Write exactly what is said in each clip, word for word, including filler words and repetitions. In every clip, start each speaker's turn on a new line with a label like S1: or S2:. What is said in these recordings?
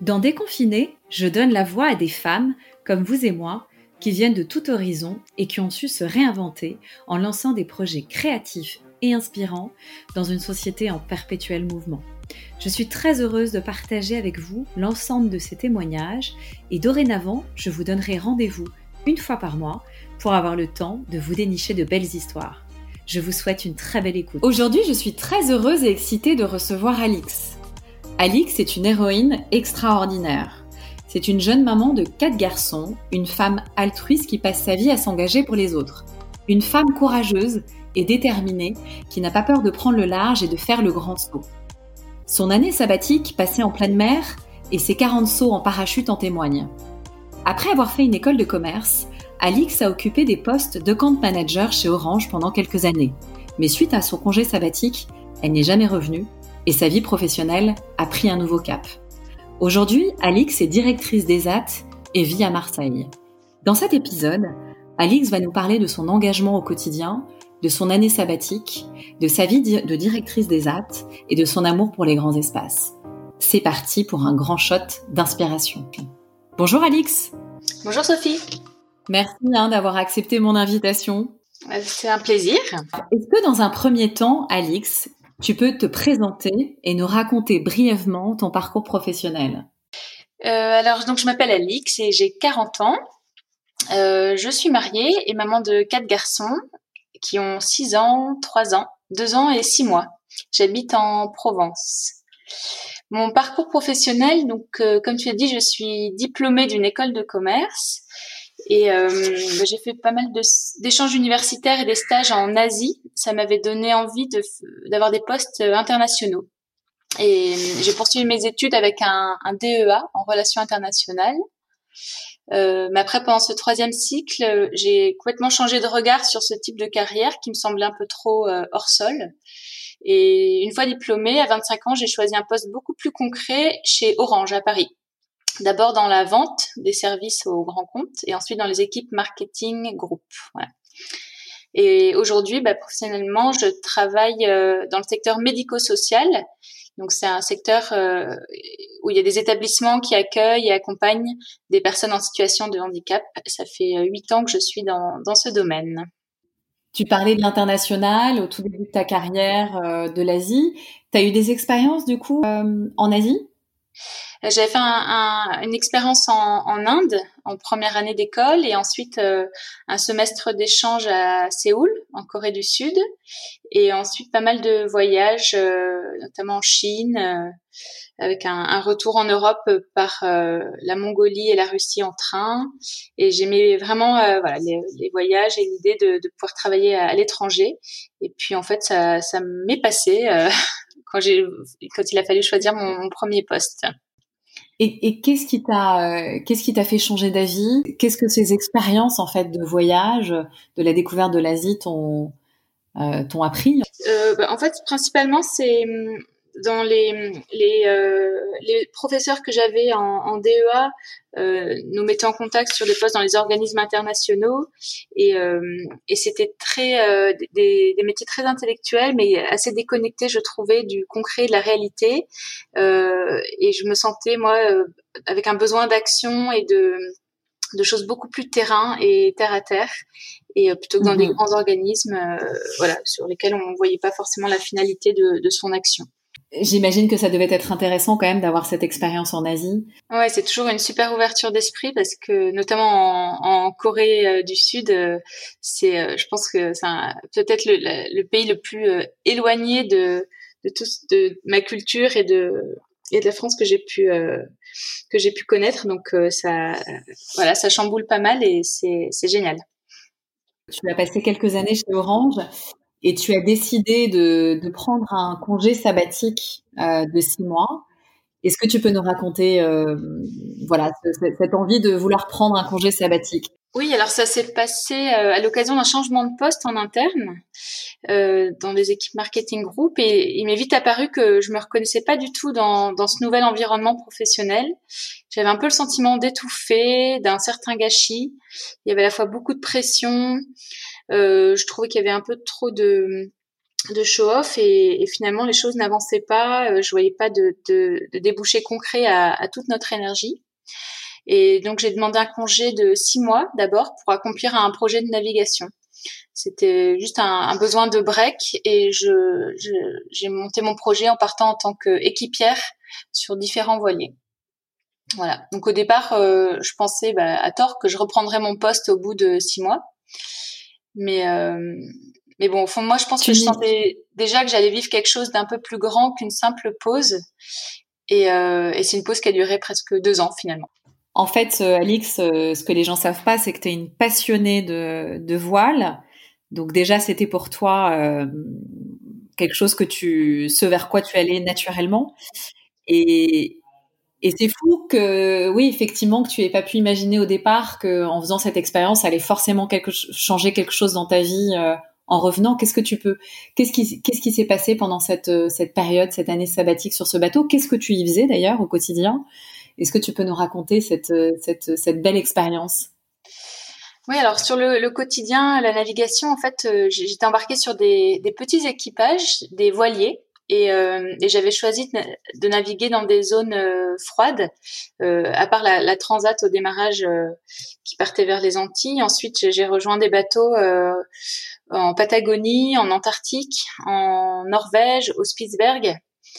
S1: Dans Déconfiné, je donne la voix à des femmes, comme vous et moi, qui viennent de tout horizon et qui ont su se réinventer en lançant des projets créatifs et inspirants dans une société en perpétuel mouvement. Je suis très heureuse de partager avec vous l'ensemble de ces témoignages et dorénavant, je vous donnerai rendez-vous une fois par mois pour avoir le temps de vous dénicher de belles histoires. Je vous souhaite une très belle écoute. Aujourd'hui, je suis très heureuse et excitée de recevoir Alix. Alix est une héroïne extraordinaire. C'est une jeune maman de quatre garçons, une femme altruiste qui passe sa vie à s'engager pour les autres. Une femme courageuse et déterminée qui n'a pas peur de prendre le large et de faire le grand saut. Son année sabbatique passée en pleine mer et ses quarante sauts en parachute en témoignent. Après avoir fait une école de commerce, Alix a occupé des postes de account manager chez Orange pendant quelques années. Mais suite à son congé sabbatique, elle n'est jamais revenue et sa vie professionnelle a pris un nouveau cap. Aujourd'hui, Alix est directrice des A T et vit à Marseille. Dans cet épisode, Alix va nous parler de son engagement au quotidien, de son année sabbatique, de sa vie de directrice des A T et de son amour pour les grands espaces. C'est parti pour un grand shot d'inspiration. Bonjour Alix.
S2: Bonjour Sophie.
S1: Merci hein, d'avoir accepté mon invitation.
S2: C'est un plaisir.
S1: Est-ce que dans un premier temps, Alix, tu peux te présenter et nous raconter brièvement ton parcours professionnel?
S2: euh, Alors, donc, je m'appelle Alix et j'ai quarante ans. Euh, je suis mariée et maman de quatre garçons qui ont six ans, trois ans, deux ans et six mois. J'habite en Provence. Mon parcours professionnel, donc, euh, comme tu as dit, je suis diplômée d'une école de commerce. Et euh, j'ai fait pas mal de, d'échanges universitaires et des stages en Asie. Ça m'avait donné envie de, d'avoir des postes internationaux. Et j'ai poursuivi mes études avec un, un D E A en relations internationales. Euh, mais après, pendant ce troisième cycle, j'ai complètement changé de regard sur ce type de carrière qui me semblait un peu trop euh, hors sol. Et une fois diplômée, à vingt-cinq ans, j'ai choisi un poste beaucoup plus concret chez Orange à Paris. D'abord dans la vente des services aux grands comptes et ensuite dans les équipes marketing groupe. Voilà. Et aujourd'hui, bah, professionnellement, je travaille euh, dans le secteur médico-social. Donc, c'est un secteur euh, où il y a des établissements qui accueillent et accompagnent des personnes en situation de handicap. Ça fait huit ans que je suis dans, dans ce domaine.
S1: Tu parlais de l'international au tout début de ta carrière, euh, de l'Asie. Tu as eu des expériences du coup euh, en Asie ?
S2: J'avais fait un, un, une expérience en, en Inde en première année d'école et ensuite euh, un semestre d'échange à Séoul, en Corée du Sud, et ensuite pas mal de voyages, euh, notamment en Chine, euh, avec un, un retour en Europe par euh, la Mongolie et la Russie en train. Et j'aimais vraiment euh, voilà les, les voyages et l'idée de, de pouvoir travailler à, à l'étranger. Et puis en fait, ça, ça m'est passé euh, quand j'ai quand il a fallu choisir mon, mon premier poste.
S1: Et, et qu'est-ce qui t'a, euh, qu'est-ce qui t'a fait changer d'avis ? Qu'est-ce que ces expériences en fait de voyage, de la découverte de l'Asie t'ont, euh, t'ont appris ?
S2: euh, bah, En fait, principalement, c'est dans les les, euh, les professeurs que j'avais en, en D E A euh, nous mettaient en contact sur des postes dans les organismes internationaux et, euh, et c'était très euh, des, des métiers très intellectuels mais assez déconnectés, je trouvais, du concret, de la réalité, euh, et je me sentais moi euh, avec un besoin d'action et de de choses beaucoup plus terrain et terre à terre, et euh, plutôt que dans mmh. des grands organismes euh, voilà, sur lesquels on ne voyait pas forcément la finalité de, de son action.
S1: J'imagine que ça devait être intéressant quand même d'avoir cette expérience en Asie.
S2: Ouais, c'est toujours une super ouverture d'esprit parce que notamment en, en Corée euh, du Sud, euh, c'est, euh, je pense que c'est un, peut-être le, le, le pays le plus euh, éloigné de, de tout, de ma culture et de et de la France que j'ai pu euh, que j'ai pu connaître. Donc euh, ça, euh, voilà, ça chamboule pas mal et c'est c'est génial.
S1: Tu as passé quelques années chez Orange. Et tu as décidé de, de prendre un congé sabbatique euh, de six mois. Est-ce que tu peux nous raconter euh, voilà, ce, cette envie de vouloir prendre un congé sabbatique ?
S2: Oui, alors ça s'est passé euh, à l'occasion d'un changement de poste en interne euh, dans les équipes marketing group, et il m'est vite apparu que je me reconnaissais pas du tout dans, dans ce nouvel environnement professionnel. J'avais un peu le sentiment d'étouffer, d'un certain gâchis. Il y avait à la fois beaucoup de pression. Euh, je trouvais qu'il y avait un peu trop de de show-off et, et finalement les choses n'avançaient pas. Je voyais pas de, de, de débouché concret à, à toute notre énergie. Et donc j'ai demandé un congé de six mois d'abord pour accomplir un projet de navigation. C'était juste un, un besoin de break et je, je, j'ai monté mon projet en partant en tant qu'équipière sur différents voiliers. Voilà. Donc au départ, euh, je pensais bah, à tort que je reprendrais mon poste au bout de six mois. Mais euh, mais bon, au fond de moi, je pense tu que je sentais déjà que j'allais vivre quelque chose d'un peu plus grand qu'une simple pause. Et, euh, et c'est une pause qui a duré presque deux ans finalement.
S1: En fait, euh, Alix, euh, ce que les gens savent pas, c'est que tu es une passionnée de, de voile. Donc déjà, c'était pour toi euh, quelque chose que tu, ce vers quoi tu allais naturellement. Et, et c'est fou que, oui, effectivement, que tu aies pas pu imaginer au départ qu'en faisant cette expérience, ça allait forcément quelque, changer quelque chose dans ta vie euh, en revenant. Qu'est-ce que tu peux, qu'est-ce qui, qu'est-ce qui s'est passé pendant cette, cette période, cette année sabbatique sur ce bateau? Qu'est-ce que tu y faisais d'ailleurs au quotidien? Est-ce que tu peux nous raconter cette, cette, cette belle expérience?
S2: Oui, alors sur le, le quotidien, la navigation, en fait, euh, j'étais embarquée sur des, des petits équipages, des voiliers, et, euh, et j'avais choisi de, de naviguer dans des zones euh, froides, euh, à part la, la transat au démarrage euh, qui partait vers les Antilles. Ensuite, j'ai rejoint des bateaux euh, en Patagonie, en Antarctique, en Norvège, au Spitzberg.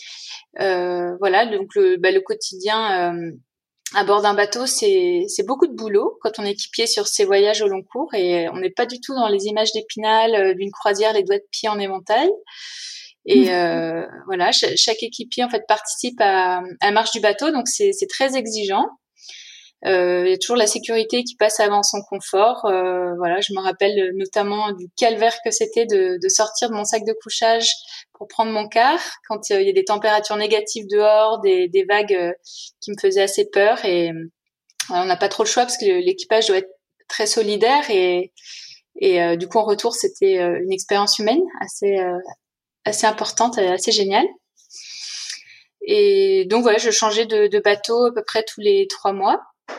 S2: Euh, voilà, donc le, bah, le quotidien euh, à bord d'un bateau, c'est, c'est beaucoup de boulot quand on est équipier sur ces voyages au long cours et on n'est pas du tout dans les images d'Épinal, euh, d'une croisière, les doigts de pied en éventail. Et euh, voilà, ch- chaque équipier en fait participe à, à la marche du bateau, donc c'est, c'est très exigeant. Euh, il y a toujours la sécurité qui passe avant son confort. Euh, voilà, je me rappelle notamment du calvaire que c'était de, de sortir de mon sac de couchage pour prendre mon quart quand euh, il y a des températures négatives dehors, des, des vagues euh, qui me faisaient assez peur. Et euh, on n'a pas trop le choix parce que l'équipage doit être très solidaire et, et euh, du coup en retour c'était euh, une expérience humaine assez euh, assez importante, assez géniale. Et donc voilà, je changeais de, de bateau à peu près tous les trois mois.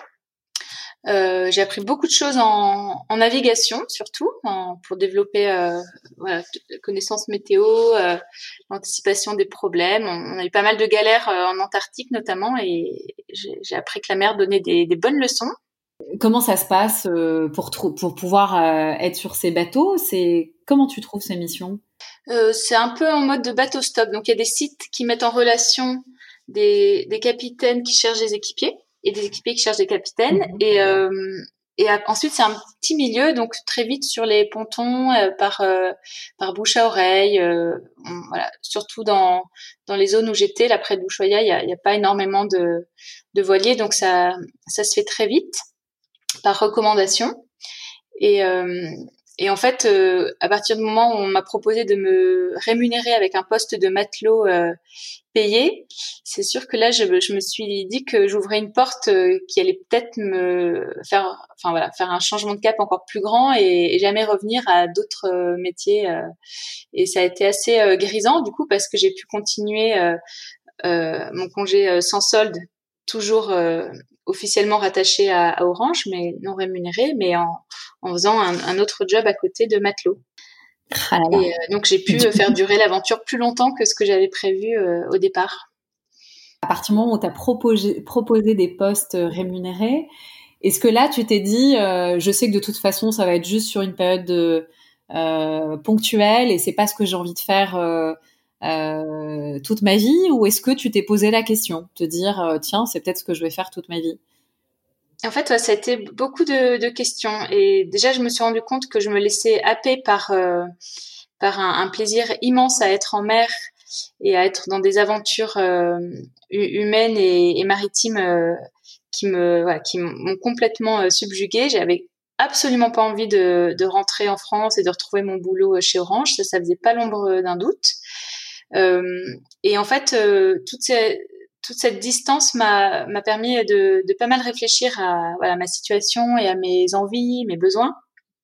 S2: Euh, j'ai appris beaucoup de choses en, en navigation, surtout en, pour développer euh, voilà, la connaissance météo, euh, l'anticipation des problèmes. On, on a eu pas mal de galères euh, en Antarctique notamment, et j'ai, j'ai appris que la mer donnait des, des bonnes leçons.
S1: Comment ça se passe euh, pour trou- pour pouvoir euh, être sur ces bateaux? C'est comment tu trouves ces missions?
S2: Euh, c'est un peu en mode de bateau stop. Donc il y a des sites qui mettent en relation des, des capitaines qui cherchent des équipiers et des équipiers qui cherchent des capitaines. Mmh. Et, euh, et ensuite, c'est un petit milieu, donc très vite sur les pontons, euh, par, euh, par bouche à oreille. Euh, on, voilà. Surtout dans, dans les zones où j'étais, là près de Ushuaïa, il n'y a, y a pas énormément de, de voiliers, donc ça, ça se fait très vite par recommandation. Et, euh, et en fait, euh, à partir du moment où on m'a proposé de me rémunérer avec un poste de matelot euh, payé, c'est sûr que là, je, je me suis dit que j'ouvrais une porte euh, qui allait peut-être me faire, enfin voilà, faire un changement de cap encore plus grand et, et jamais revenir à d'autres euh, métiers. Euh, et ça a été assez euh, grisant du coup parce que j'ai pu continuer euh, euh, mon congé euh, sans solde, toujours euh, officiellement rattaché à, à Orange, mais non rémunéré, mais en, en faisant un, un autre job à côté de matelot. Ah là là. Et euh, donc j'ai pu faire durer l'aventure plus longtemps que ce que j'avais prévu euh, au départ.
S1: À partir du moment où tu as proposé, proposé des postes rémunérés, est-ce que là tu t'es dit, euh, je sais que de toute façon ça va être juste sur une période de, euh, ponctuelle et c'est pas ce que j'ai envie de faire euh, euh, toute ma vie, ou est-ce que tu t'es posé la question, te dire euh, tiens c'est peut-être ce que je vais faire toute ma vie?
S2: En fait, ouais, ça a été beaucoup de, de questions. Et déjà, je me suis rendu compte que je me laissais happer par, euh, par un, un plaisir immense à être en mer et à être dans des aventures euh, humaines et, et maritimes euh, qui me, voilà, qui m'ont complètement euh, subjuguée. J'avais absolument pas envie de, de rentrer en France et de retrouver mon boulot chez Orange. Ça, ça faisait pas l'ombre d'un doute. Euh, et en fait, euh, toutes ces toute cette distance m'a, m'a permis de, de pas mal réfléchir à voilà, ma situation et à mes envies, mes besoins.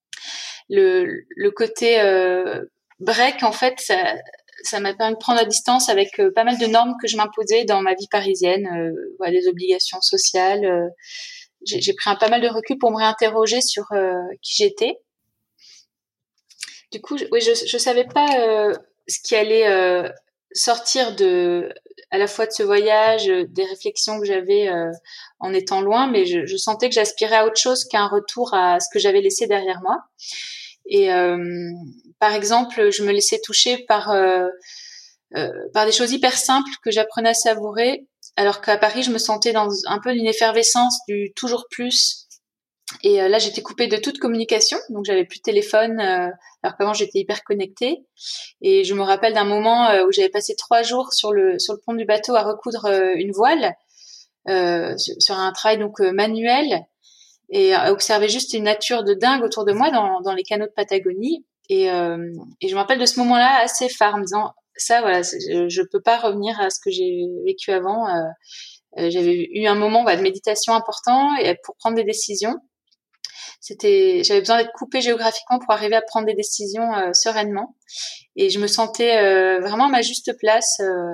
S2: Le, le côté euh, break, en fait, ça, ça m'a permis de prendre la distance avec euh, pas mal de normes que je m'imposais dans ma vie parisienne, euh, voilà, des obligations sociales. Euh, j'ai, j'ai pris un pas mal de recul pour me réinterroger sur euh, qui j'étais. Du coup, je, oui, je, je savais pas... Euh, ce qui allait euh, sortir de, à la fois de ce voyage, des réflexions que j'avais euh, en étant loin, mais je, je sentais que j'aspirais à autre chose qu'un retour à ce que j'avais laissé derrière moi. Et euh, par exemple, je me laissais toucher par euh, euh, par des choses hyper simples que j'apprenais à savourer, alors qu'à Paris, je me sentais dans un peu une effervescence du toujours plus. Et euh, là, j'étais coupée de toute communication, donc j'avais plus de téléphone, euh, alors qu'avant j'étais hyper connectée. Et je me rappelle d'un moment euh, où j'avais passé trois jours sur le sur le pont du bateau à recoudre euh, une voile, euh, sur, sur un travail donc euh, manuel, et à observer juste une nature de dingue autour de moi dans dans les canaux de Patagonie. Et euh, et je me rappelle de ce moment-là assez phare, en me disant ça, voilà, je, je peux pas revenir à ce que j'ai vécu avant. Euh, euh, j'avais eu un moment bah, de méditation important et pour prendre des décisions. C'était, j'avais besoin d'être coupée géographiquement pour arriver à prendre des décisions euh, sereinement. Et je me sentais euh, vraiment à ma juste place. Euh,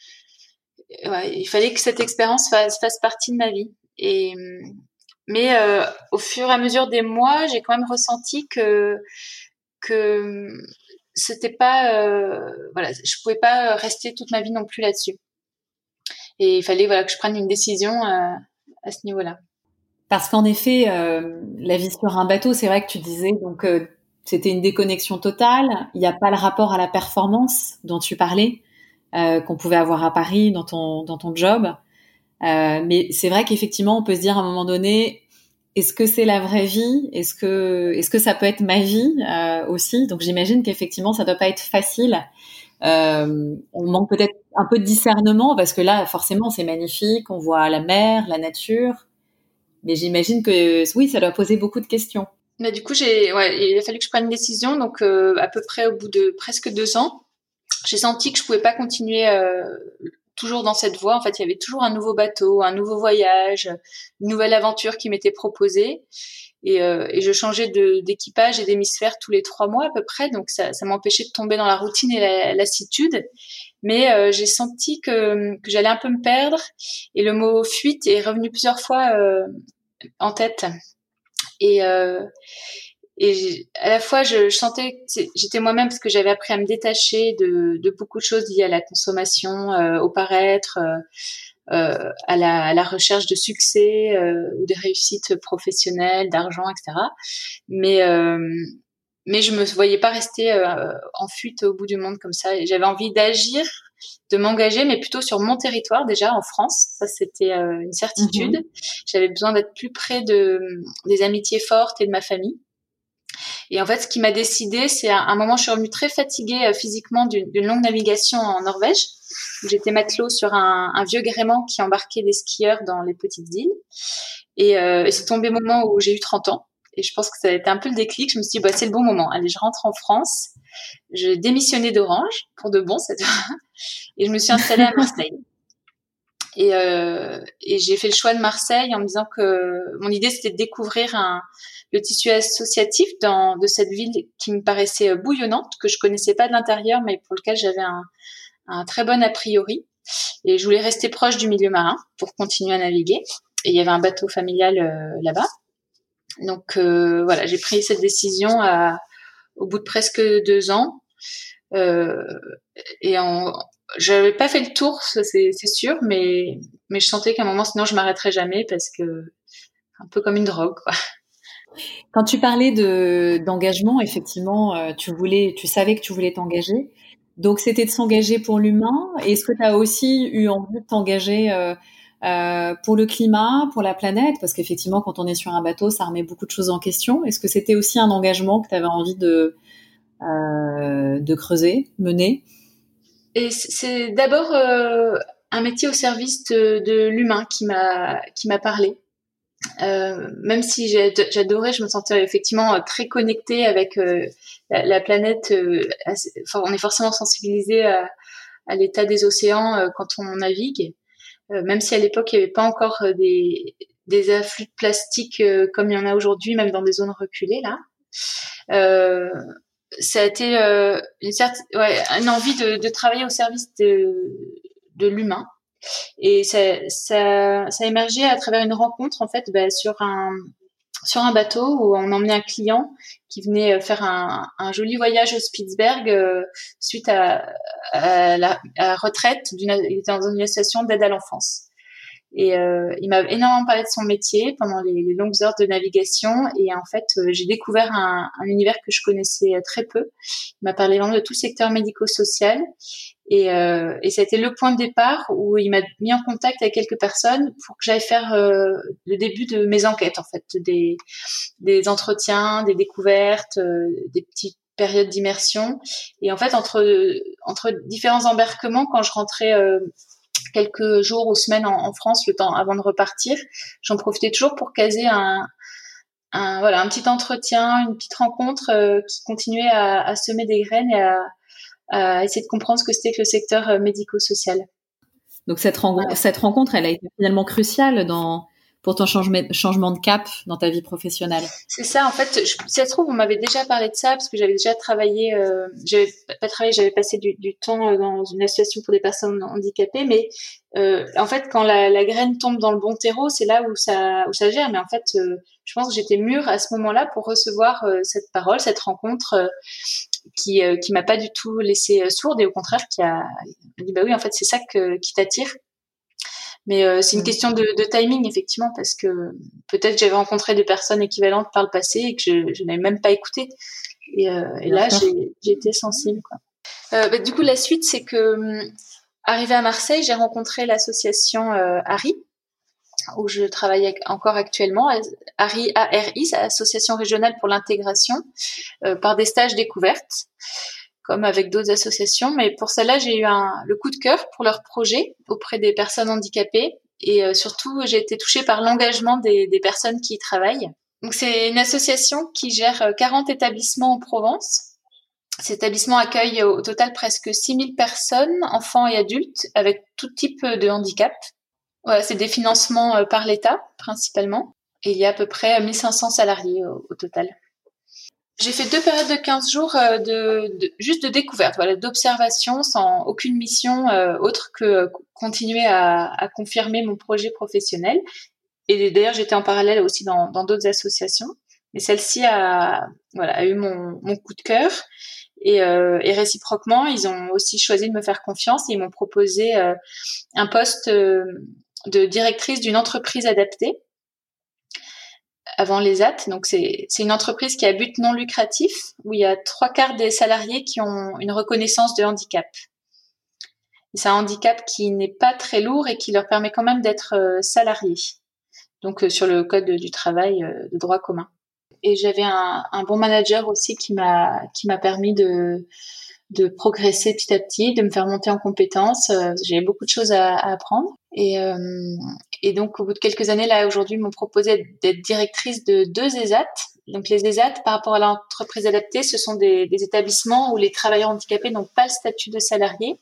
S2: ouais, il fallait que cette expérience fasse, fasse partie de ma vie. Et mais euh, au fur et à mesure des mois, j'ai quand même ressenti que que c'était pas, euh, voilà, je pouvais pas rester toute ma vie non plus là-dessus. Et il fallait voilà que je prenne une décision euh, à ce niveau-là.
S1: Parce qu'en effet, euh, la vie sur un bateau, c'est vrai que tu disais, donc euh, c'était une déconnexion totale. Il n'y a pas le rapport à la performance dont tu parlais, euh, qu'on pouvait avoir à Paris dans ton dans ton job. Euh, mais c'est vrai qu'effectivement, on peut se dire à un moment donné, est-ce que c'est la vraie vie? Est-ce que est-ce que ça peut être ma vie euh, aussi? Donc j'imagine qu'effectivement, ça doit pas être facile. Euh, on manque peut-être un peu de discernement parce que là, forcément, c'est magnifique. On voit la mer, la nature. Mais j'imagine que oui, ça doit poser beaucoup de questions.
S2: Mais du coup, j'ai, ouais, il a fallu que je prenne une décision. Donc, euh, à peu près au bout de presque deux ans, j'ai senti que je pouvais pas continuer euh, toujours dans cette voie. En fait, il y avait toujours un nouveau bateau, un nouveau voyage, une nouvelle aventure qui m'était proposée. Et, euh, et je changeais de, d'équipage et d'hémisphère tous les trois mois à peu près. Donc, ça, ça m'empêchait de tomber dans la routine et la lassitude. Mais euh, j'ai senti que, que j'allais un peu me perdre. Et le mot fuite est revenu plusieurs fois euh, en tête. Et, euh, et à la fois, je, je sentais que j'étais moi-même parce que j'avais appris à me détacher de, de beaucoup de choses liées à la consommation, euh, au paraître, euh, euh, à, la, à la recherche de succès euh, ou des réussites professionnelles, d'argent, et cetera. Mais euh, mais je me voyais pas rester euh, en fuite au bout du monde comme ça. Et j'avais envie d'agir, de m'engager, mais plutôt sur mon territoire déjà en France. Ça, c'était euh, une certitude. Mmh. J'avais besoin d'être plus près de des amitiés fortes et de ma famille. Et en fait, ce qui m'a décidé, c'est à un moment, je suis revenue très fatiguée euh, physiquement d'une, d'une longue navigation en Norvège, où j'étais matelot sur un, un vieux gréement qui embarquait des skieurs dans les petites îles. Et, euh, et c'est tombé au moment où j'ai eu trente ans. Et je pense que ça a été un peu le déclic. Je me suis dit, bah, c'est le bon moment. Allez, je rentre en France. J'ai démissionné d'Orange, pour de bon cette fois. Et je me suis installée à Marseille. Et, euh, et j'ai fait le choix de Marseille en me disant que mon idée, c'était de découvrir un, le tissu associatif dans, de cette ville qui me paraissait bouillonnante, que je connaissais pas de l'intérieur, mais pour lequel j'avais un, un très bon a priori. Et je voulais rester proche du milieu marin pour continuer à naviguer. Et il y avait un bateau familial euh, là-bas. Donc euh, voilà, j'ai pris cette décision à, au bout de presque deux ans. Euh, et en, j'avais pas fait le tour, c'est, c'est sûr, mais, mais je sentais qu'à un moment, sinon je m'arrêterais jamais parce que un peu comme une drogue, quoi.
S1: Quand tu parlais de d'engagement, effectivement, euh, tu voulais, tu savais que tu voulais t'engager. Donc c'était de s'engager pour l'humain. Est-ce que tu as aussi eu envie de t'engager euh, euh, pour le climat, pour la planète? Parce qu'effectivement, quand on est sur un bateau, ça remet beaucoup de choses en question. Est-ce que c'était aussi un engagement que tu avais envie de euh, de creuser, mener?
S2: Et c'est d'abord euh, un métier au service de, de l'humain qui m'a qui m'a parlé. Euh, même si j'adorais, je me sentais effectivement très connectée avec euh, la, la planète. Euh, assez, enfin, on est forcément sensibilisé à, à l'état des océans euh, quand on navigue, euh, même si à l'époque il n'y avait pas encore euh, des, des afflux de plastique euh, comme il y en a aujourd'hui, même dans des zones reculées là. Euh, ça a été euh, une certaine, ouais, une envie de, de travailler au service de, de l'humain. Et ça, ça, ça a émergé à travers une rencontre en fait bah, sur un sur un bateau où on emmenait un client qui venait faire un, un joli voyage au Spitzberg euh, suite à, à, la, à la retraite. D'une, il était dans une association d'aide à l'enfance. Et euh, il m'a énormément parlé de son métier pendant les, les longues heures de navigation. Et en fait, euh, j'ai découvert un, un univers que je connaissais très peu. Il m'a parlé vraiment de tout le secteur médico-social. Et, euh, et ça a été le point de départ où il m'a mis en contact avec quelques personnes pour que j'aille faire euh, le début de mes enquêtes, en fait, des, des entretiens, des découvertes, euh, des petites périodes d'immersion. Et en fait, entre, entre différents embarquements, quand je rentrais... Euh, quelques jours ou semaines en, en France, le temps avant de repartir, j'en profitais toujours pour caser un, un voilà un petit entretien, une petite rencontre euh, qui continuait à, à semer des graines et à, à essayer de comprendre ce que c'était que le secteur euh, médico-social.
S1: Donc cette, ren- ouais. cette rencontre, elle a été finalement cruciale dans pour ton changement changement de cap dans ta vie professionnelle.
S2: C'est ça, en fait, je, si ça se trouve, on m'avait déjà parlé de ça parce que j'avais déjà travaillé, euh, j'avais pas travaillé, j'avais passé du, du temps dans une association pour des personnes handicapées, mais euh, en fait, quand la, la graine tombe dans le bon terreau, c'est là où ça où ça gère. Mais en fait, euh, je pense que j'étais mûre à ce moment-là pour recevoir euh, cette parole, cette rencontre euh, qui euh, qui m'a pas du tout laissée euh, sourde et au contraire qui a dit bah oui, en fait, c'est ça que qui t'attire. Mais euh, c'est une question de, de timing, effectivement, parce que peut-être que j'avais rencontré des personnes équivalentes par le passé et que je, je n'avais même pas écouté. Et, euh, et là, j'ai, j'ai été sensible, quoi. Euh, bah, du coup, la suite, c'est que, arrivée à Marseille, j'ai rencontré l'association euh, A R I, où je travaille encore actuellement. A R I, A R I, c'est l'Association régionale pour l'intégration, euh, par des stages découvertes, comme avec d'autres associations. Mais pour celle-là, j'ai eu un, le coup de cœur pour leur projet auprès des personnes handicapées. Et euh, surtout, j'ai été touchée par l'engagement des, des personnes qui y travaillent. Donc, c'est une association qui gère quarante établissements en Provence. Cet établissement accueille au total presque six mille personnes, enfants et adultes, avec tout type de handicap. Voilà, c'est des financements par l'État, principalement. Et il y a à peu près mille cinq cents salariés au, au total. J'ai fait deux périodes de quinze jours euh, de, de juste de découverte, voilà, d'observation, sans aucune mission euh, autre que euh, continuer à, à confirmer mon projet professionnel. Et d'ailleurs, j'étais en parallèle aussi dans, dans d'autres associations. Mais celle-ci a, voilà, a eu mon, mon coup de cœur. Et, euh, et réciproquement, ils ont aussi choisi de me faire confiance et ils m'ont proposé euh, un poste euh, de directrice d'une entreprise adaptée avant les A T. Donc, c'est, c'est une entreprise qui a but non lucratif, où il y a trois quarts des salariés qui ont une reconnaissance de handicap. Et c'est un handicap qui n'est pas très lourd et qui leur permet quand même d'être euh, salariés. Donc, euh, sur le code du travail euh, de droit commun. Et j'avais un, un bon manager aussi qui m'a, qui m'a permis de, de progresser petit à petit, de me faire monter en compétences. Euh, j'ai beaucoup de choses à, à apprendre. Et, euh, et donc, au bout de quelques années, là, aujourd'hui, ils m'ont proposé d'être directrice de deux E S A T. Donc, les E S A T, par rapport à l'entreprise adaptée, ce sont des, des établissements où les travailleurs handicapés n'ont pas le statut de salarié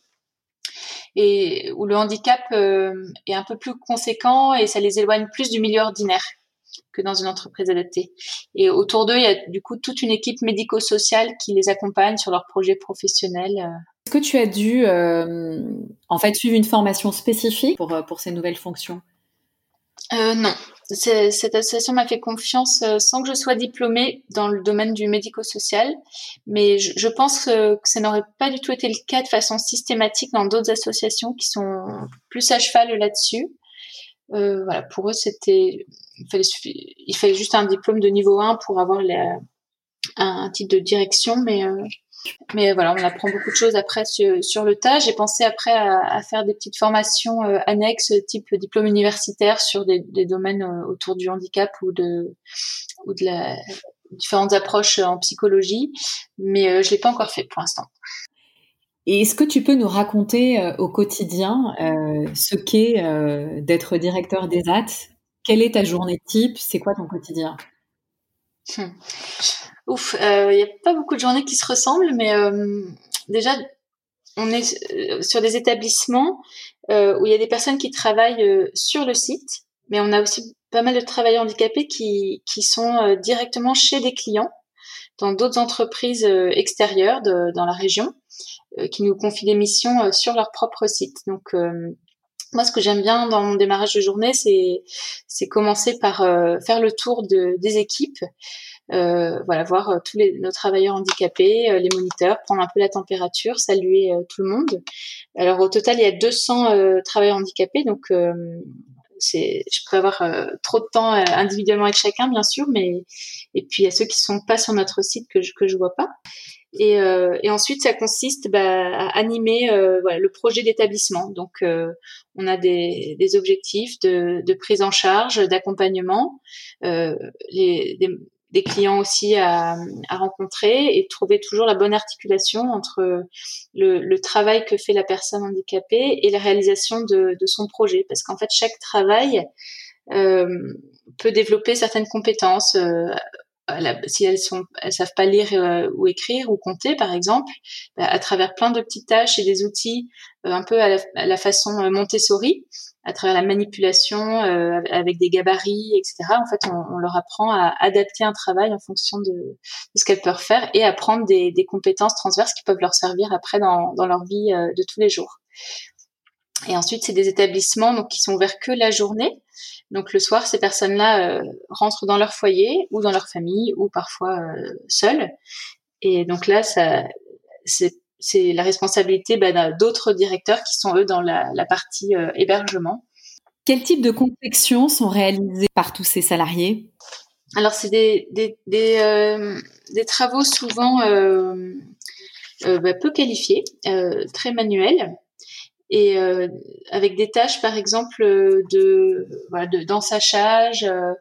S2: et où le handicap euh, est un peu plus conséquent et ça les éloigne plus du milieu ordinaire que dans une entreprise adaptée. Et autour d'eux, il y a du coup toute une équipe médico-sociale qui les accompagne sur leurs projets professionnels.
S1: Est-ce que tu as dû euh, en fait suivre une formation spécifique pour, pour ces nouvelles fonctions ?
S2: euh, Non. C'est, cette association m'a fait confiance euh, sans que je sois diplômée dans le domaine du médico-social, mais je, je pense euh, que ça n'aurait pas du tout été le cas de façon systématique dans d'autres associations qui sont plus à cheval là-dessus. Euh, voilà, pour eux, c'était il fallait, il fallait juste un diplôme de niveau un pour avoir la, un, un titre de direction, mais euh, mais voilà, on apprend beaucoup de choses après sur, sur le tas. J'ai pensé après à, à faire des petites formations euh, annexes, type diplôme universitaire sur des, des domaines euh, autour du handicap ou de ou de la différentes approches en psychologie, mais euh, je l'ai pas encore fait pour l'instant.
S1: Et est-ce que tu peux nous raconter euh, au quotidien euh, ce qu'est euh, d'être directeur des A T ? Quelle est ta journée type ? C'est quoi ton quotidien ?
S2: hum. Ouf, il euh, y a pas beaucoup de journées qui se ressemblent, mais euh, déjà, on est sur des établissements euh, où il y a des personnes qui travaillent euh, sur le site, mais on a aussi pas mal de travailleurs handicapés qui, qui sont euh, directement chez des clients, dans d'autres entreprises euh, extérieures de, dans la région, euh, qui nous confient des missions euh, sur leur propre site. Donc, euh, Moi, ce que j'aime bien dans mon démarrage de journée, c'est, c'est commencer par euh, faire le tour de, des équipes, euh, voilà, voir euh, tous les, nos travailleurs handicapés, euh, les moniteurs, prendre un peu la température, saluer euh, tout le monde. Alors, au total, il y a deux cents euh, travailleurs handicapés, donc euh, c'est, je peux avoir euh, trop de temps euh, individuellement avec chacun, bien sûr, mais et puis il y a ceux qui sont pas sur notre site que je, que je vois pas. Et, euh, et ensuite, ça consiste bah, à animer euh, voilà, le projet d'établissement. Donc, euh, on a des, des objectifs de, de prise en charge, d'accompagnement, euh, les, des, des clients aussi à, à rencontrer et trouver toujours la bonne articulation entre le, le travail que fait la personne handicapée et la réalisation de, de son projet. Parce qu'en fait, chaque travail euh, peut développer certaines compétences. Euh, La, si elles sont, elles savent pas lire euh, ou écrire ou compter, par exemple, bah, à travers plein de petites tâches et des outils, euh, un peu à la, à la façon euh, Montessori, à travers la manipulation euh, avec des gabarits, et cetera. En fait, on, on leur apprend à adapter un travail en fonction de, de ce qu'elles peuvent faire et apprendre des, des compétences transverses qui peuvent leur servir après dans, dans leur vie euh, de tous les jours. Et ensuite, c'est des établissements donc qui sont ouverts que la journée. Donc le soir, ces personnes-là euh, rentrent dans leur foyer ou dans leur famille ou parfois euh, seules. Et donc là, ça, c'est, c'est la responsabilité bah, d'autres directeurs qui sont eux dans la, la partie euh, hébergement.
S1: Quel type de confections sont réalisées par tous ces salariés ?
S2: Alors c'est des des des, euh, des travaux souvent euh, euh, bah, peu qualifiés, euh, très manuels. Et euh, avec des tâches, par exemple, de, voilà, de d'ensachage,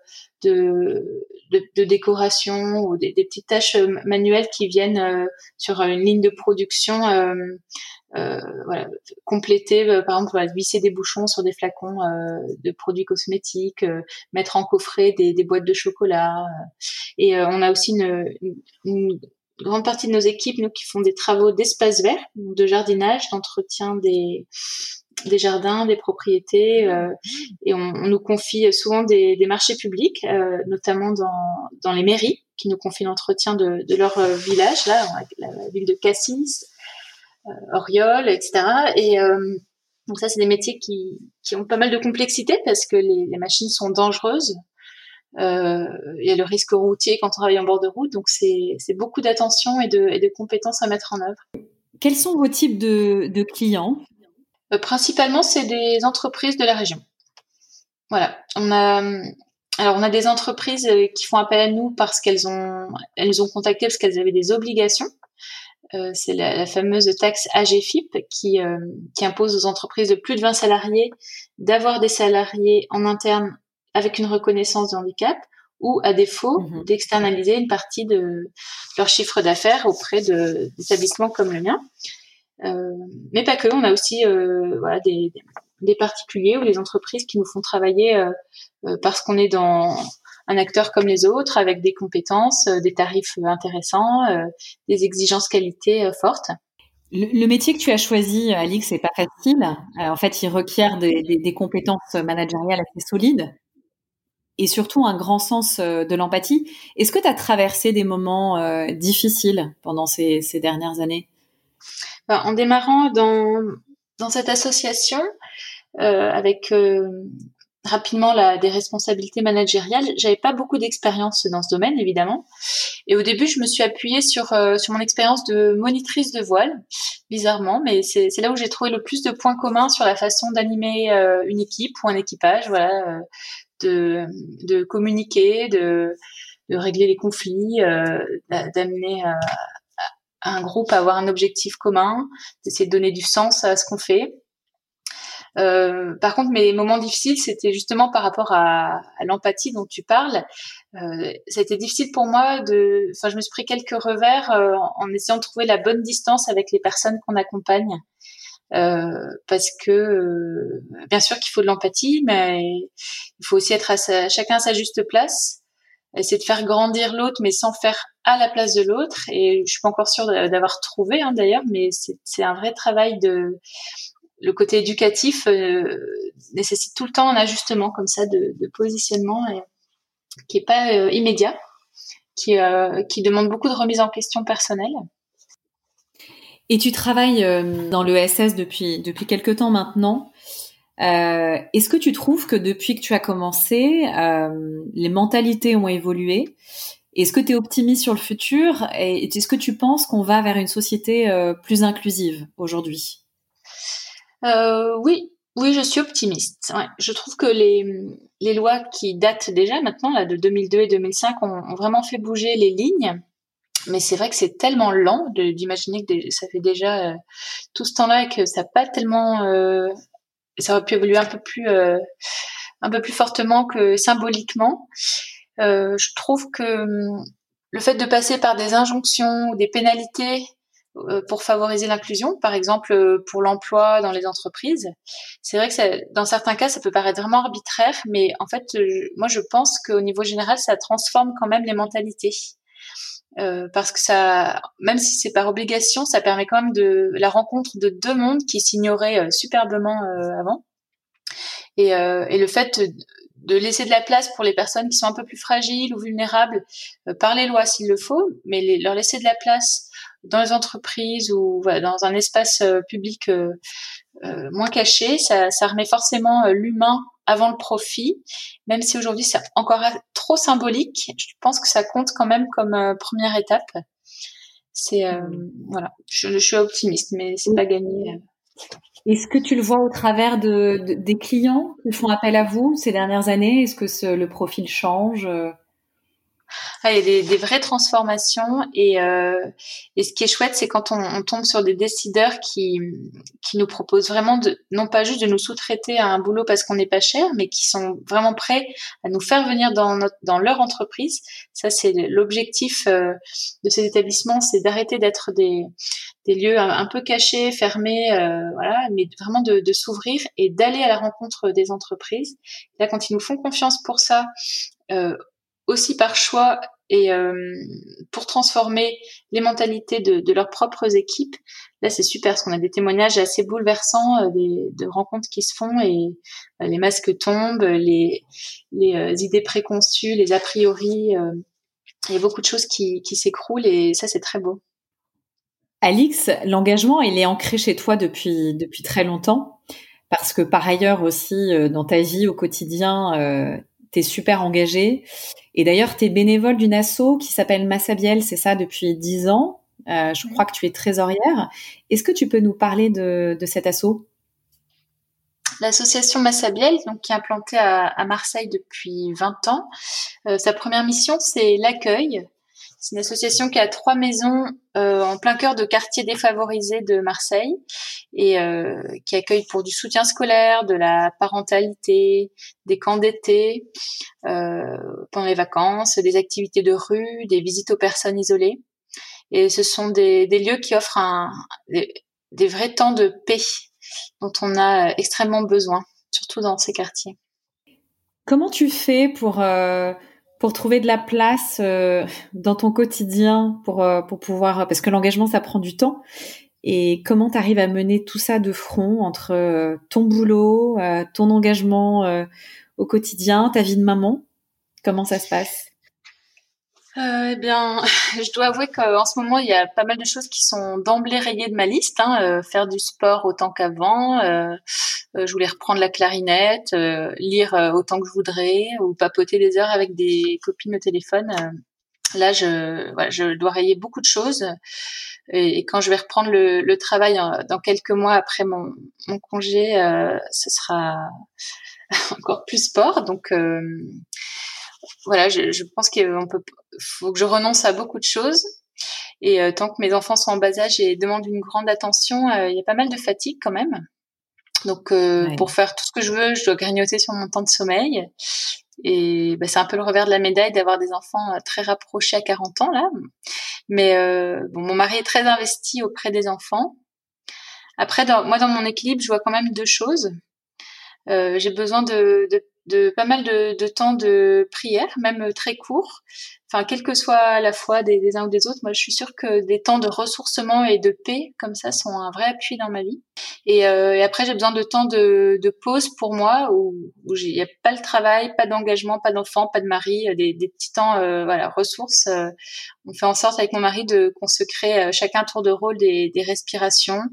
S2: de, de, de décoration ou des, des petites tâches manuelles qui viennent euh, sur une ligne de production, euh, euh, voilà, compléter, euh, par exemple, voilà, visser des bouchons sur des flacons euh, de produits cosmétiques, euh, mettre en coffret des, des boîtes de chocolat. Euh, et euh, on a aussi une, une, une grande partie de nos équipes, nous, qui font des travaux d'espace vert, de jardinage, d'entretien des, des jardins, des propriétés, euh, et on, on nous confie souvent des, des marchés publics, euh, notamment dans, dans les mairies, qui nous confient l'entretien de, de leur euh, village, là, la, la ville de Cassis, euh, Oriol, et cetera. Et euh, donc ça, c'est des métiers qui, qui ont pas mal de complexité parce que les, les machines sont dangereuses. Euh, il y a le risque routier quand on travaille en bord de route, donc c'est, c'est beaucoup d'attention et de, et de compétences à mettre en œuvre.
S1: Quels sont vos types de, de clients ?
S2: euh, Principalement, c'est des entreprises de la région. Voilà, on a, alors on a des entreprises qui font appel à nous parce qu'elles ont, elles nous ont contactés parce qu'elles avaient des obligations. Euh, c'est la, la fameuse taxe A G F I P qui, euh, qui impose aux entreprises de plus de vingt salariés d'avoir des salariés en interne avec une reconnaissance de handicap ou, à défaut, mmh. d'externaliser une partie de leur chiffre d'affaires auprès de, d'établissements comme le mien. Euh, mais pas que, on a aussi euh, voilà, des, des particuliers ou des entreprises qui nous font travailler euh, euh, parce qu'on est dans un acteur comme les autres, avec des compétences, euh, des tarifs intéressants, euh, des exigences qualité euh, fortes.
S1: Le, le métier que tu as choisi, Alix, c'est pas facile. Euh, en fait, il requiert des, des, des compétences managériales assez solides et surtout un grand sens de l'empathie. Est-ce que tu as traversé des moments euh, difficiles pendant ces, ces dernières années ?
S2: Ben, en démarrant dans, dans cette association, euh, avec euh, rapidement la, des responsabilités managériales, j'avais pas beaucoup d'expérience dans ce domaine, évidemment. Et au début, je me suis appuyée sur, euh, sur mon expérience de monitrice de voile, bizarrement, mais c'est, c'est là où j'ai trouvé le plus de points communs sur la façon d'animer euh, une équipe ou un équipage, voilà, euh, de, de communiquer, de, de régler les conflits, euh, d'amener euh, un groupe à avoir un objectif commun, d'essayer de donner du sens à ce qu'on fait. Euh, par contre, mes moments difficiles, c'était justement par rapport à, à l'empathie dont tu parles. Euh, ça a été difficile pour moi de, enfin, je me suis pris quelques revers euh, en, en essayant de trouver la bonne distance avec les personnes qu'on accompagne. Euh, parce que euh, bien sûr qu'il faut de l'empathie, mais il faut aussi être à sa, chacun à sa juste place. Essayer de faire grandir l'autre, mais sans faire à la place de l'autre. Et je suis pas encore sûre d'avoir trouvé, hein, d'ailleurs, mais c'est, c'est un vrai travail de. Le côté éducatif euh, nécessite tout le temps un ajustement comme ça de, de positionnement et, qui est pas euh, immédiat, qui, euh, qui demande beaucoup de remise en question personnelle.
S1: Et tu travailles euh, dans l'E S S depuis depuis quelque temps maintenant. Euh, est-ce que tu trouves que depuis que tu as commencé, euh, les mentalités ont évolué? Est-ce que tu es optimiste sur le futur et est-ce que tu penses qu'on va vers une société euh, plus inclusive aujourd'hui?
S2: Euh, oui, oui, je suis optimiste. Ouais. Je trouve que les, les lois qui datent déjà maintenant, là, de deux mille deux et deux mille cinq, ont, ont vraiment fait bouger les lignes. Mais c'est vrai que c'est tellement lent de, d'imaginer que des, ça fait déjà euh, tout ce temps-là et que ça n'a pas tellement... Euh, ça aurait pu évoluer un peu plus, euh, un peu plus fortement que symboliquement. Euh, je trouve que hum, le fait de passer par des injonctions ou des pénalités euh, pour favoriser l'inclusion, par exemple euh, pour l'emploi dans les entreprises, c'est vrai que ça, dans certains cas, ça peut paraître vraiment arbitraire, mais en fait, euh, moi, je pense qu'au niveau général, ça transforme quand même les mentalités. Euh, parce que ça, même si c'est par obligation, ça permet quand même de la rencontre de deux mondes qui s'ignoraient euh, superbement euh, avant. Et, euh, et le fait de laisser de la place pour les personnes qui sont un peu plus fragiles ou vulnérables, euh, par les lois s'il le faut, mais les, leur laisser de la place dans les entreprises ou voilà, dans un espace euh, public euh, euh, moins caché, ça, ça remet forcément euh, l'humain avant le profit, même si aujourd'hui c'est encore trop symbolique. Je pense que ça compte quand même comme euh, première étape. C'est euh, mmh. Voilà, je, je suis optimiste, mais c'est pas gagné.
S1: Est-ce que tu le vois au travers de, de des clients qui font appel à vous ces dernières années? Est-ce que ce, le profil change?
S2: Ah, il y a des, des vraies transformations et, euh, et ce qui est chouette, c'est quand on, on tombe sur des décideurs qui, qui nous proposent vraiment de, non pas juste de nous sous-traiter à un boulot parce qu'on n'est pas cher, mais qui sont vraiment prêts à nous faire venir dans, notre, dans leur entreprise. Ça, c'est l'objectif euh, de ces établissements, c'est d'arrêter d'être des, des lieux un, un peu cachés, fermés, euh, voilà, mais vraiment de, de s'ouvrir et d'aller à la rencontre des entreprises. Là, quand ils nous font confiance pour ça, euh, aussi par choix et euh, pour transformer les mentalités de, de leurs propres équipes. Là, c'est super parce qu'on a des témoignages assez bouleversants euh, des, de rencontres qui se font et euh, les masques tombent, les, les euh, idées préconçues, les a priori. Euh, il y a beaucoup de choses qui, qui s'écroulent et ça, c'est très beau.
S1: Alix, l'engagement, il est ancré chez toi depuis, depuis très longtemps parce que par ailleurs aussi, euh, dans ta vie au quotidien, euh, t'es super engagée. Et d'ailleurs, t'es bénévole d'une asso qui s'appelle Massabielle, c'est ça, depuis dix ans. Euh, je crois que tu es trésorière. Est-ce que tu peux nous parler de, de cette asso?
S2: L'association Massabielle, donc qui est implantée à, à Marseille depuis vingt ans, euh, sa première mission, c'est l'accueil. C'est une association qui a trois maisons euh, en plein cœur de quartiers défavorisés de Marseille et euh, qui accueille pour du soutien scolaire, de la parentalité, des camps d'été euh, pendant les vacances, des activités de rue, des visites aux personnes isolées. Et ce sont des, des lieux qui offrent un, des, des vrais temps de paix dont on a extrêmement besoin, surtout dans ces quartiers.
S1: Comment tu fais pour euh, pour trouver de la place euh, dans ton quotidien pour euh, pour pouvoir, parce que l'engagement ça prend du temps, et comment tu arrives à mener tout ça de front entre euh, ton boulot, euh, ton engagement euh, au quotidien, ta vie de maman? Comment ça se passe?
S2: Euh, eh bien, je dois avouer qu'en ce moment, il y a pas mal de choses qui sont d'emblée rayées de ma liste. Hein. Euh, faire du sport autant qu'avant, euh, euh, je voulais reprendre la clarinette, euh, lire euh, autant que je voudrais, ou papoter des heures avec des copines au téléphone. Euh, là, je, voilà, je dois rayer beaucoup de choses. Et, et quand je vais reprendre le, le travail en, dans quelques mois après mon, mon congé, euh, ce sera encore plus sport. Donc, euh, voilà, je, je pense qu'on peut, faut que je renonce à beaucoup de choses. Et euh, tant que mes enfants sont en bas âge et demandent une grande attention, euh, il y a pas mal de fatigue quand même. Donc, euh, ouais. Pour faire tout ce que je veux, je dois grignoter sur mon temps de sommeil. Et bah, c'est un peu le revers de la médaille d'avoir des enfants très rapprochés à quarante ans là. Mais euh, bon, mon mari est très investi auprès des enfants. Après, dans, moi, dans mon équilibre, je vois quand même deux choses. Euh, j'ai besoin de, de, de pas mal de, de temps de prière, même très court. Enfin, quelle que soit la foi des, des uns ou des autres, moi, je suis sûre que des temps de ressourcement et de paix comme ça sont un vrai appui dans ma vie. Et, euh, et après, j'ai besoin de temps de, de pause pour moi, où il n'y a pas le travail, pas d'engagement, pas d'enfant, pas de mari, des, des petits temps, euh, voilà, ressources. Euh, on fait en sorte avec mon mari de qu'on se crée euh, chacun tour de rôle des, des respirations.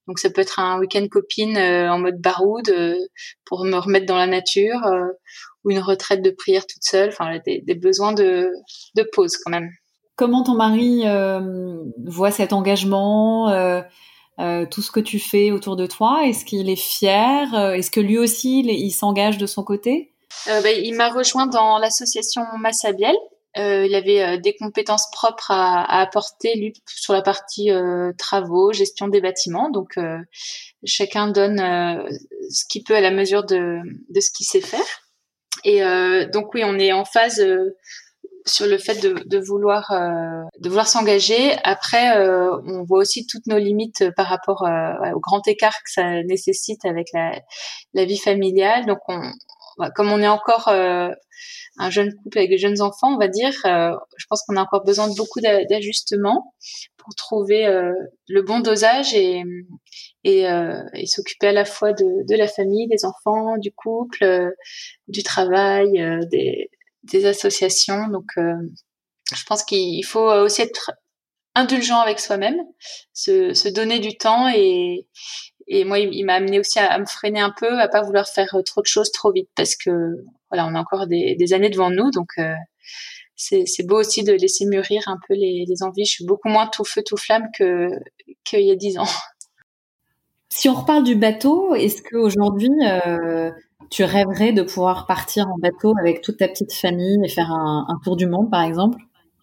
S2: Donc ça peut être un week-end copine euh, en mode baroud euh, pour me remettre dans la nature, euh, ou une retraite de prière toute seule. Enfin, des, des besoins de, de pause quand même.
S1: Comment ton mari euh, voit cet engagement, euh, euh, tout ce que tu fais autour de toi? Est-ce qu'il est fier? Est-ce que lui aussi, il, il s'engage de son côté?
S2: euh, bah, Il m'a rejoint dans l'association Massabielle. Euh, il avait euh, des compétences propres à, à apporter, lui, sur la partie euh, travaux, gestion des bâtiments. Donc, euh, chacun donne euh, ce qu'il peut à la mesure de, de ce qu'il sait faire. Et euh, donc, oui, on est en phase... Euh, sur le fait de, de vouloir euh, de vouloir s'engager. Après, euh, on voit aussi toutes nos limites par rapport euh, au grand écart que ça nécessite avec la, la vie familiale. Donc, on, comme on est encore euh, un jeune couple avec de jeunes enfants, on va dire, euh, je pense qu'on a encore besoin de beaucoup d'ajustements pour trouver euh, le bon dosage et et, euh, et s'occuper à la fois de, de la famille, des enfants, du couple, euh, du travail, euh, des des associations. Donc, euh, je pense qu'il faut aussi être indulgent avec soi-même, se, se donner du temps. Et, et moi, il, il m'a amené aussi à, à me freiner un peu, à pas vouloir faire trop de choses trop vite, parce que voilà, on a encore des, des années devant nous. Donc, euh, c'est, c'est beau aussi de laisser mûrir un peu les, les envies. Je suis beaucoup moins tout feu, tout flamme que qu'il y a dix ans.
S1: Si on reparle du bateau, est-ce qu'aujourd'hui, euh, tu rêverais de pouvoir partir en bateau avec toute ta petite famille et faire un, un tour du monde, par exemple?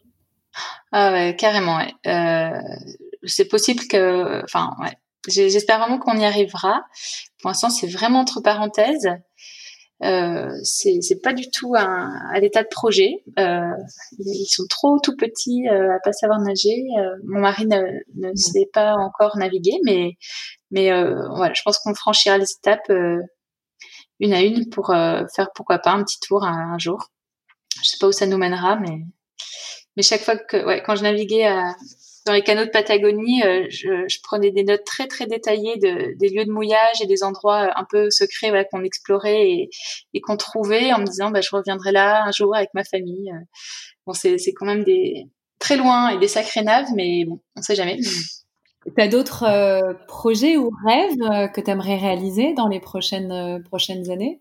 S2: Ah ouais, carrément, ouais. Euh, c'est possible que... Enfin, ouais. J'espère vraiment qu'on y arrivera. Pour l'instant, c'est vraiment entre parenthèses. Euh, c'est, c'est pas du tout un, à l'état de projet. Euh, ils sont trop tout petits euh, à pas savoir nager. Euh, mon mari ne, ne mmh. sait pas encore naviguer, mais mais euh, voilà, je pense qu'on franchira les étapes euh, une à une pour euh, faire pourquoi pas un petit tour un, un jour. Je sais pas où ça nous mènera, mais mais chaque fois que ouais, quand je naviguais à dans les canaux de Patagonie, euh, je, je prenais des notes très très détaillées de, des lieux de mouillage et des endroits un peu secrets voilà, qu'on explorait et, et qu'on trouvait en me disant bah, je reviendrai là un jour avec ma famille. Bon, c'est, c'est quand même des très loin et des sacrés naves, mais bon, on sait jamais.
S1: T'as d'autres euh, projets ou rêves euh, que t'aimerais réaliser dans les prochaines euh, prochaines années?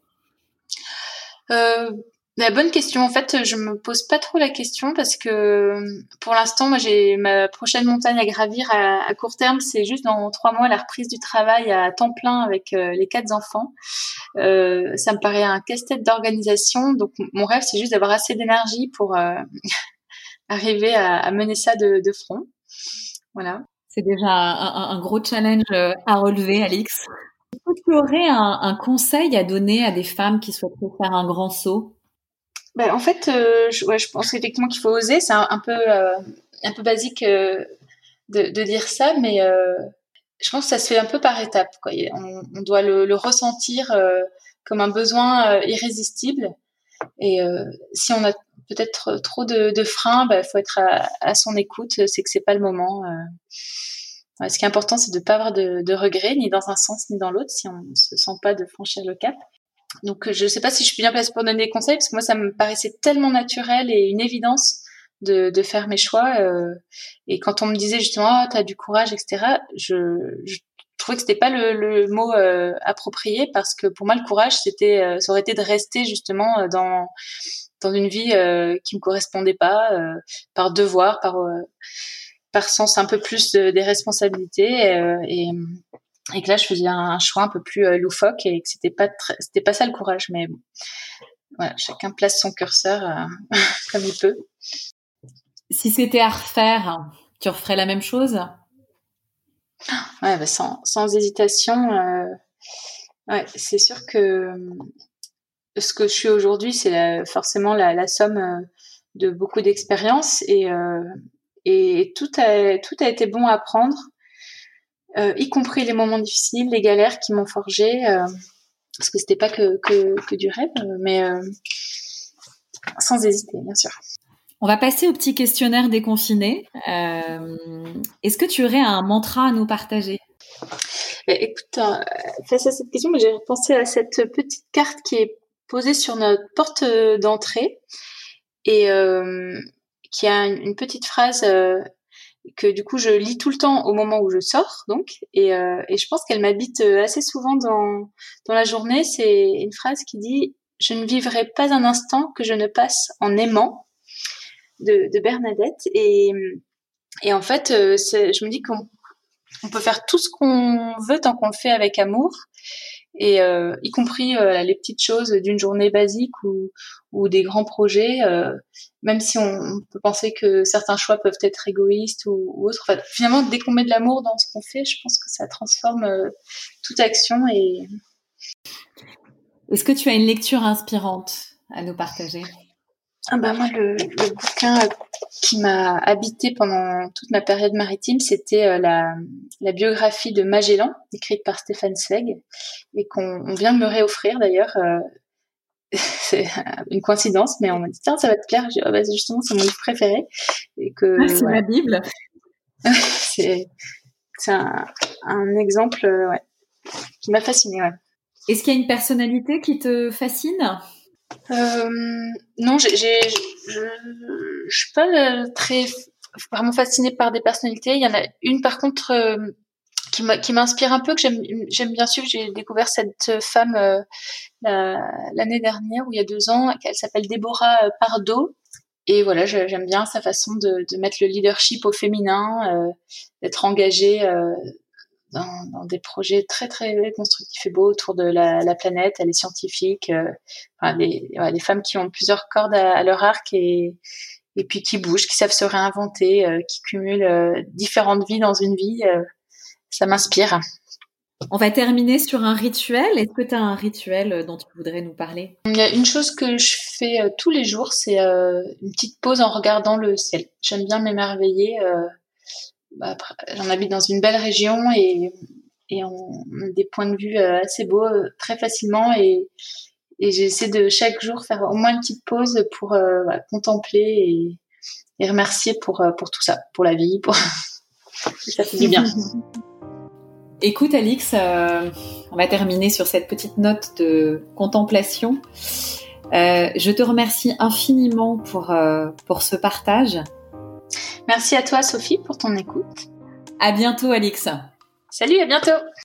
S2: Euh, La bonne question. En fait, je me pose pas trop la question parce que pour l'instant, moi, j'ai ma prochaine montagne à gravir à, à court terme. C'est juste dans trois mois la reprise du travail à temps plein avec euh, les quatre enfants. Euh, ça me paraît un casse-tête d'organisation. Donc, mon rêve, c'est juste d'avoir assez d'énergie pour euh, arriver à, à mener ça de, de front. Voilà.
S1: C'est déjà un, un, un gros challenge à relever, Alix. Est-ce que tu aurais un, un conseil à donner à des femmes qui souhaiteraient faire un grand saut?
S2: Ben, en fait, euh, je, ouais, je pense effectivement qu'il faut oser. C'est un, un peu, euh, un peu basique euh, de, de dire ça, mais euh, je pense que ça se fait un peu par étapes. Quoi. On, on doit le, le ressentir euh, comme un besoin euh, irrésistible. Et euh, si on a peut-être trop de, de freins, il ben, faut être à, à son écoute. C'est que c'est pas le moment. Euh. Ouais, ce qui est important, c'est de ne pas avoir de, de regrets, ni dans un sens ni dans l'autre, si on ne se sent pas de franchir le cap. Donc, je ne sais pas si je suis bien placée pour donner des conseils, parce que moi, ça me paraissait tellement naturel et une évidence de, de faire mes choix. Euh, et quand on me disait justement, oh, t'as du courage, et cetera, je, je trouvais que c'était pas le, le mot euh, approprié, parce que pour moi, le courage, c'était, euh, ça aurait été de rester justement dans dans une vie euh, qui me correspondait pas, euh, par devoir, par euh, par sens un peu plus de, des responsabilités. Euh, et et que là je faisais un choix un peu plus euh, loufoque et que c'était pas très, c'était pas ça le courage, mais bon, voilà, chacun place son curseur euh, comme il peut.
S1: Si c'était à refaire, tu referais la même chose?
S2: Ouais, bah sans sans hésitation. Euh, ouais, c'est sûr que ce que je suis aujourd'hui, c'est la, forcément la, la somme de beaucoup d'expériences et euh, et tout a tout a été bon à prendre, euh, y compris les moments difficiles, les galères qui m'ont forgé. Euh, parce que c'était pas que, que, que du rêve, mais euh, sans hésiter, bien sûr.
S1: On va passer au petit questionnaire déconfiné. Euh, est-ce que tu aurais un mantra à nous partager?
S2: Écoute, euh, face à cette question, j'ai repensé à cette petite carte qui est posée sur notre porte d'entrée et euh, qui a une, une petite phrase euh, que du coup je lis tout le temps au moment où je sors, donc, et, euh, et je pense qu'elle m'habite assez souvent dans dans la journée. C'est une phrase qui dit: je ne vivrai pas un instant que je ne passe en aimant, de, de Bernadette. Et et en fait, euh, c'est, je me dis qu'on on peut faire tout ce qu'on veut tant qu'on le fait avec amour. Et euh, y compris euh, les petites choses d'une journée basique ou, ou des grands projets, euh, même si on, on peut penser que certains choix peuvent être égoïstes ou, ou autres. Enfin, finalement, dès qu'on met de l'amour dans ce qu'on fait, je pense que ça transforme euh, toute action. Et
S1: est-ce que tu as une lecture inspirante à nous partager?
S2: Ah bah moi, le, le bouquin qui m'a habité pendant toute ma période maritime, c'était euh, la, la biographie de Magellan, écrite par Stéphane Zweig, et qu'on on vient de me réoffrir d'ailleurs. Euh, c'est une coïncidence, mais on m'a dit tiens, ça va te plaire. J'ai dit, oh, bah, justement, c'est mon livre préféré. Et que,
S1: ah, c'est voilà. Ma Bible.
S2: c'est c'est un, un exemple euh, ouais, qui m'a fascinée. Ouais.
S1: Est-ce qu'il y a une personnalité qui te fascine?
S2: Euh, non, j'ai, j'ai, je, je suis pas très vraiment fascinée par des personnalités. Il y en a une par contre euh, qui, m'a, qui m'inspire un peu, que j'aime, j'aime bien suivre. J'ai découvert cette femme euh, la, l'année dernière ou il y a deux ans, qu'elle s'appelle Déborah Pardo. Et voilà, je, j'aime bien sa façon de, de mettre le leadership au féminin, euh, d'être engagée euh, Dans, dans des projets très très constructifs et beaux autour de la, la planète. Elle est scientifique, euh, enfin, des, ouais, des femmes qui ont plusieurs cordes à, à leur arc et, et puis qui bougent, qui savent se réinventer, euh, qui cumulent euh, différentes vies dans une vie. Euh, ça m'inspire.
S1: On va terminer sur un rituel. Est-ce que tu as un rituel dont tu voudrais nous parler?
S2: Il y a une chose que je fais euh, tous les jours, c'est euh, une petite pause en regardant le ciel. J'aime bien m'émerveiller. Euh, bah, après, j'en habite dans une belle région et et on a des points de vue assez beaux très facilement, et, et j'essaie de chaque jour faire au moins une petite pause pour euh, voilà, contempler et, et remercier pour, pour tout ça, pour la vie, pour... ça fait du bien.
S1: Écoute Alix, euh, on va terminer sur cette petite note de contemplation. Euh, je te remercie infiniment pour, euh, pour ce partage.
S2: Merci à toi Sophie pour ton écoute.
S1: À bientôt Alix.
S2: Salut, à bientôt.